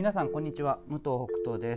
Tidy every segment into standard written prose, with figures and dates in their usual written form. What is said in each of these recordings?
皆さんこんにちは、武藤北斗です。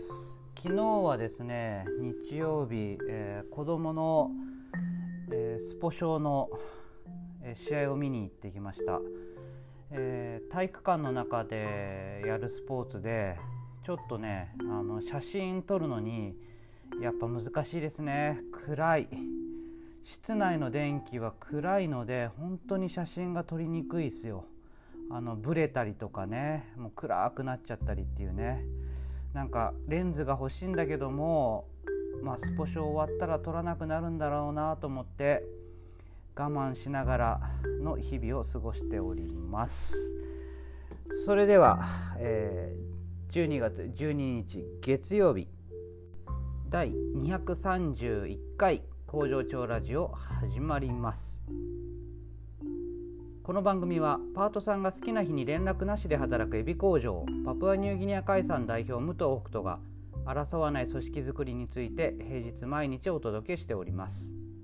昨日はですね、日曜日、子どもの、スポ少の、試合を見に行ってきました。体育館の中でやるスポーツでちょっとね、写真撮るのにやっぱ難しいですね。暗い、室内の電気は暗いので本当に写真が撮りにくいですよ。ブレたりとかね、もう暗くなっちゃったりっていうね、なんかレンズが欲しいんだけども、スポ少終わったら撮らなくなるんだろうなと思って我慢しながらの日々を過ごしております。それでは、12月12日月曜日第231回工場長ラジオ始まります。この番組はパートさんが好きな日に連絡なしで働くエビ工場パプアニューギニア海産代表武藤北斗が争わない組織づくりについて平日毎日お届けしております。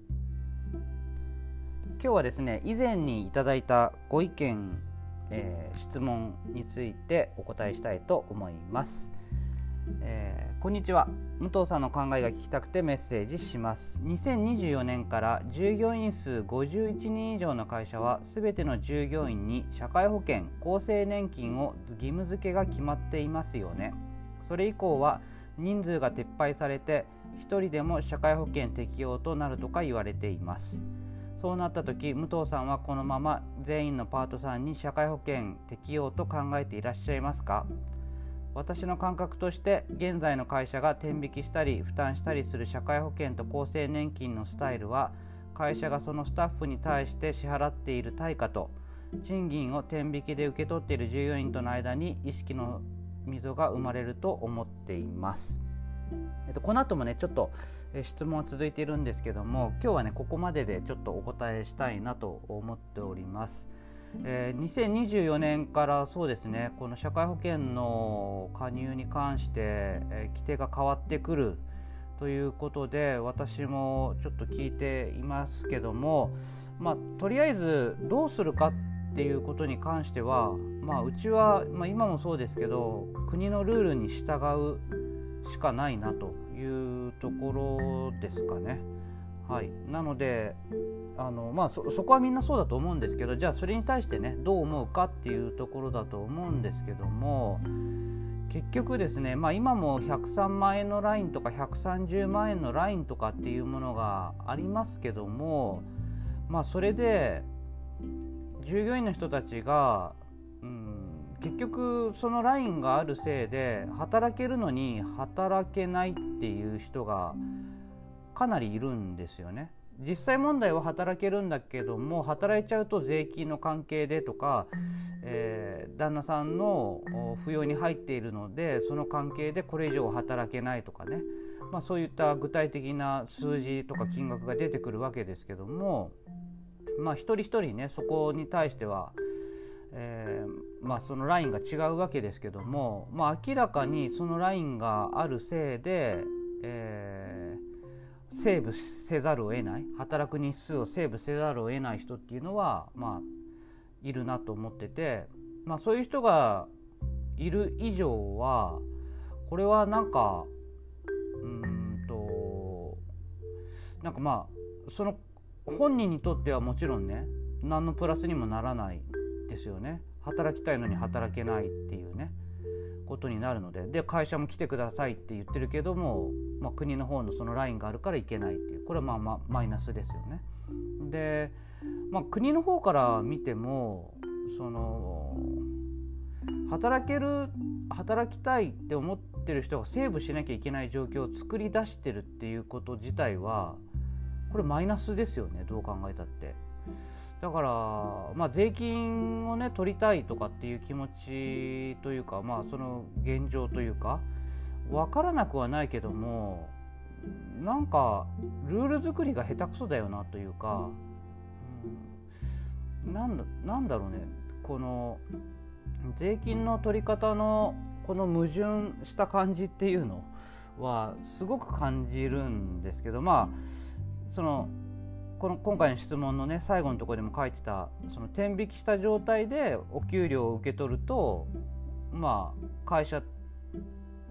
今日はですね、以前にいただいたご意見、質問についてお答えしたいと思います。こんにちは、武藤さんの考えが聞きたくてメッセージします。2024年から従業員数51人以上の会社はすべての従業員に社会保険・厚生年金を義務付けが決まっていますよね。それ以降は人数が撤廃されて一人でも社会保険適用となるとか言われています。そうなった時、武藤さんはこのまま全員のパートさんに社会保険適用と考えていらっしゃいますか？私の感覚として現在の会社が天引きしたり負担したりする社会保険と厚生年金のスタイルは、会社がそのスタッフに対して支払っている対価と賃金を天引きで受け取っている従業員との間に意識の溝が生まれると思っています。この後もねちょっと質問は続いているんですけども、今日はねここまででちょっとお答えしたいなと思っております。2024年からそうですね、この社会保険の加入に関して、規定が変わってくるということで、私もちょっと聞いていますけども、とりあえずどうするかっていうことに関しては、うちは、今もそうですけど国のルールに従うしかないなというところですかね。はい、なのでそこはみんなそうだと思うんですけど、じゃあそれに対してねどう思うかっていうところだと思うんですけども、結局ですね、今も103万円のラインとか130万円のラインとかっていうものがありますけども、それで従業員の人たちが、結局そのラインがあるせいで働けるのに働けないっていう人がかなりいるんですよね。実際問題は働けるんだけども、働いちゃうと税金の関係でとか、旦那さんの扶養に入っているのでその関係でこれ以上働けないとかね、そういった具体的な数字とか金額が出てくるわけですけども、一人一人ねそこに対しては、そのラインが違うわけですけども、明らかにそのラインがあるせいで、セーブせざるを得ない、働く日数をセーブせざるを得ない人っていうのはいるなと思ってて、そういう人がいる以上はこれはその本人にとってはもちろんね何のプラスにもならないですよね。働きたいのに働けないっていうねことになるので、会社も来てくださいって言ってるけども、国の方のそのラインがあるから行けないっていう、これはマイナスですよね。で、国の方から見てもその働きたいって思ってる人がセーブしなきゃいけない状況を作り出してるっていうこと自体はこれマイナスですよね、どう考えたって。だから税金をね取りたいとかっていう気持ちというか、その現状というか分からなくはないけども、ルール作りが下手くそだよなというか、なんだろうね、この税金の取り方のこの矛盾した感じっていうのはすごく感じるんですけど、今回の質問のね最後のところでも書いてた、その天引きした状態でお給料を受け取ると、会社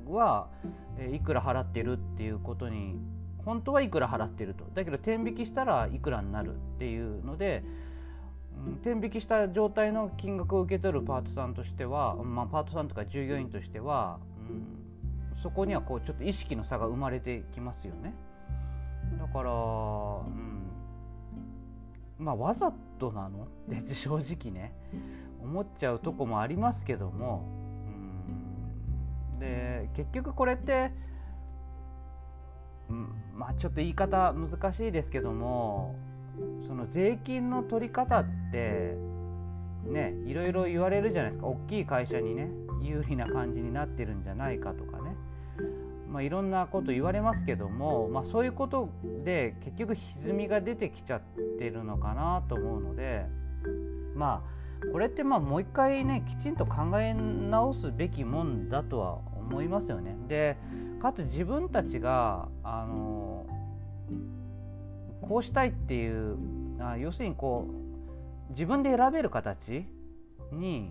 は、いくら払ってるっていうことに本当はいくら払ってると、だけど天引きしたらいくらになるっていうので、天引きした状態の金額を受け取るパートさんとしては、パートさんとか従業員としては、そこにはこうちょっと意識の差が生まれてきますよね。だから、わざとなのって正直ね思っちゃうとこもありますけども、で結局これって、ちょっと言い方難しいですけども、その税金の取り方ってね、いろいろ言われるじゃないですか。大きい会社にね有利な感じになってるんじゃないかとかね、いろんなこと言われますけども、そういうことで結局歪みが出てきちゃってるのかなと思うので、これってもう一回ねきちんと考え直すべきもんだとは思いますよね。でかつ自分たちがこうしたいっていう要するにこう自分で選べる形に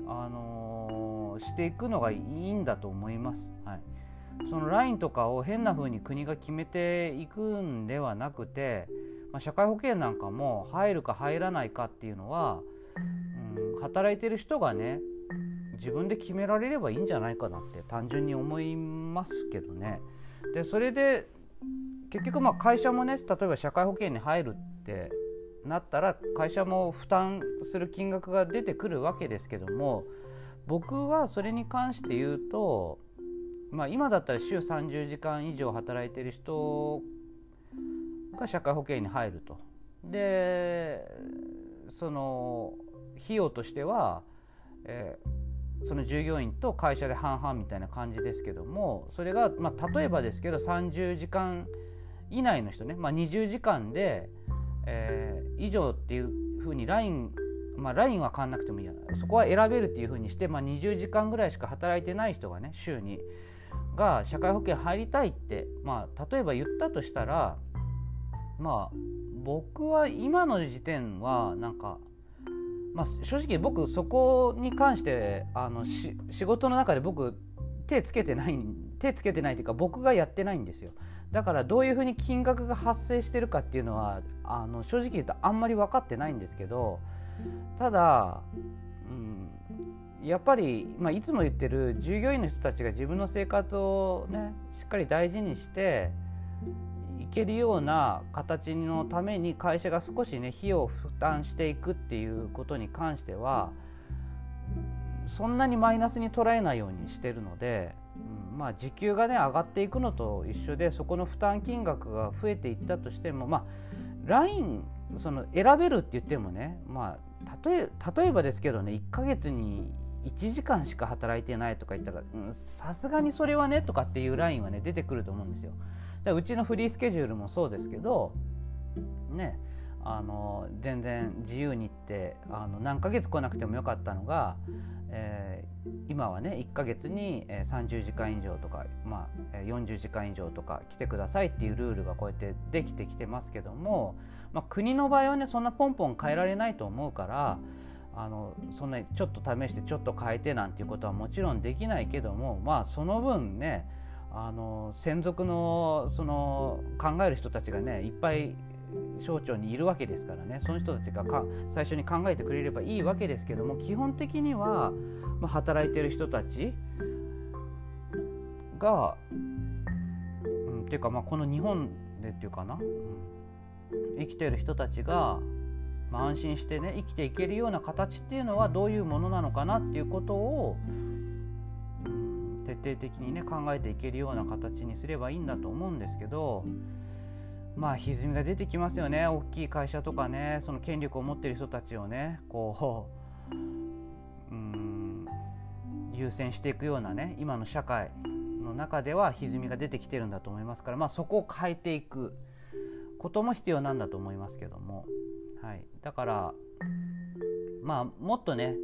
していくのがいいんだと思います。そのラインとかを変な風に国が決めていくんではなくて、社会保険なんかも入るか入らないかっていうのは、働いてる人がね自分で決められればいいんじゃないかなって単純に思いますけどね。でそれで結局会社もね、例えば社会保険に入るってなったら会社も負担する金額が出てくるわけですけども、僕はそれに関して言うと、今だったら週30時間以上働いてる人が社会保険に入ると。でその費用としては、その従業員と会社で半々みたいな感じですけども、それが、例えばですけど30時間以内の人ね、20時間で、以上っていうふうにラインは変わんなくてもいいや、そこは選べるっていうふうにして、20時間ぐらいしか働いてない人がね週にが社会保険入りたいって、例えば言ったとしたら、僕は今の時点は正直僕そこに関して仕事の中で僕手つけてないっていうか僕がやってないんですよ。だからどういうふうに金額が発生してるかっていうのは正直言うとあんまり分かってないんですけど、ただ、やっぱり、いつも言ってる従業員の人たちが自分の生活をねしっかり大事にしていけるような形のために会社が少しね費用を負担していくっていうことに関してはそんなにマイナスに捉えないようにしてるので、時給がね上がっていくのと一緒で、そこの負担金額が増えていったとしても、ラインその選べるって言ってもね、例えばですけどね、1ヶ月に1時間しか働いてないとか言ったらさすがにそれはねとかっていうラインはね出てくると思うんですよ。だからうちのフリースケジュールもそうですけどね、全然自由にって何ヶ月来なくてもよかったのが、今はね1ヶ月に30時間以上とか、40時間以上とか来てくださいっていうルールがこうやってできてきてますけども、国の場合はねそんなポンポン変えられないと思うから、そんなにちょっと試してちょっと変えてなんていうことはもちろんできないけども、その分ね専属のその考える人たちがねいっぱい省庁にいるわけですからね、その人たちが最初に考えてくれればいいわけですけども、基本的には、働いてる人たちが、っていうかこの日本でっていうかな、生きてる人たちが、安心してね生きていけるような形っていうのはどういうものなのかなっていうことを、徹底的にね考えていけるような形にすればいいんだと思うんですけど、歪みが出てきますよね。大きい会社とかね、その権力を持っている人たちをねこう優先していくようなね今の社会の中では歪みが出てきてるんだと思いますから、そこを変えていくことも必要なんだと思いますけども、だからもっとね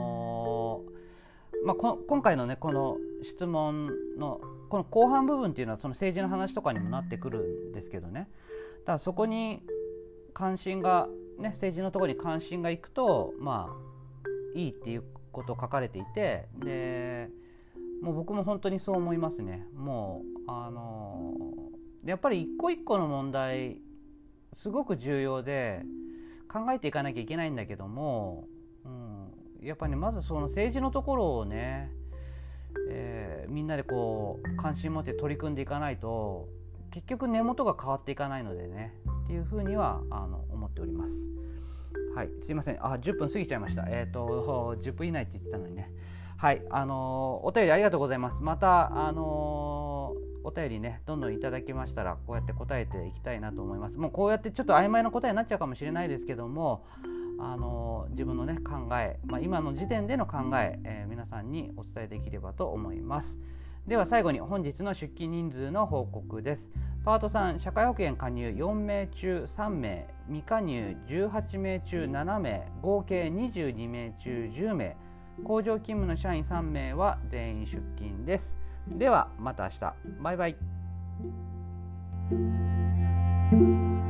今回のねこの質問のこの後半部分っていうのはその政治の話とかにもなってくるんですけどね、ただそこに関心がね政治のところに関心がいくといいっていうことを書かれていて、でもう僕も本当にそう思いますね。もうやっぱり一個一個の問題すごく重要で考えていかなきゃいけないんだけども、やっぱりね、まずその政治のところをね、みんなでこう関心持って取り組んでいかないと結局根元が変わっていかないのでねっていうふうには思っております。はい、すいません。10分過ぎちゃいました。10分以内って言ってたのにね。はい、お便りありがとうございます。またお便りねどんどんいただきましたらこうやって答えていきたいなと思います。もうこうやってちょっと曖昧な答えになっちゃうかもしれないですけども、自分のね考え、今の時点での考え、皆さんにお伝えできればと思います。では最後に本日の出勤人数の報告です。パート3、社会保険加入4名中3名、未加入18名中7名、合計22名中10名、工場勤務の社員3名は全員出勤です。ではまた明日。バイバイ。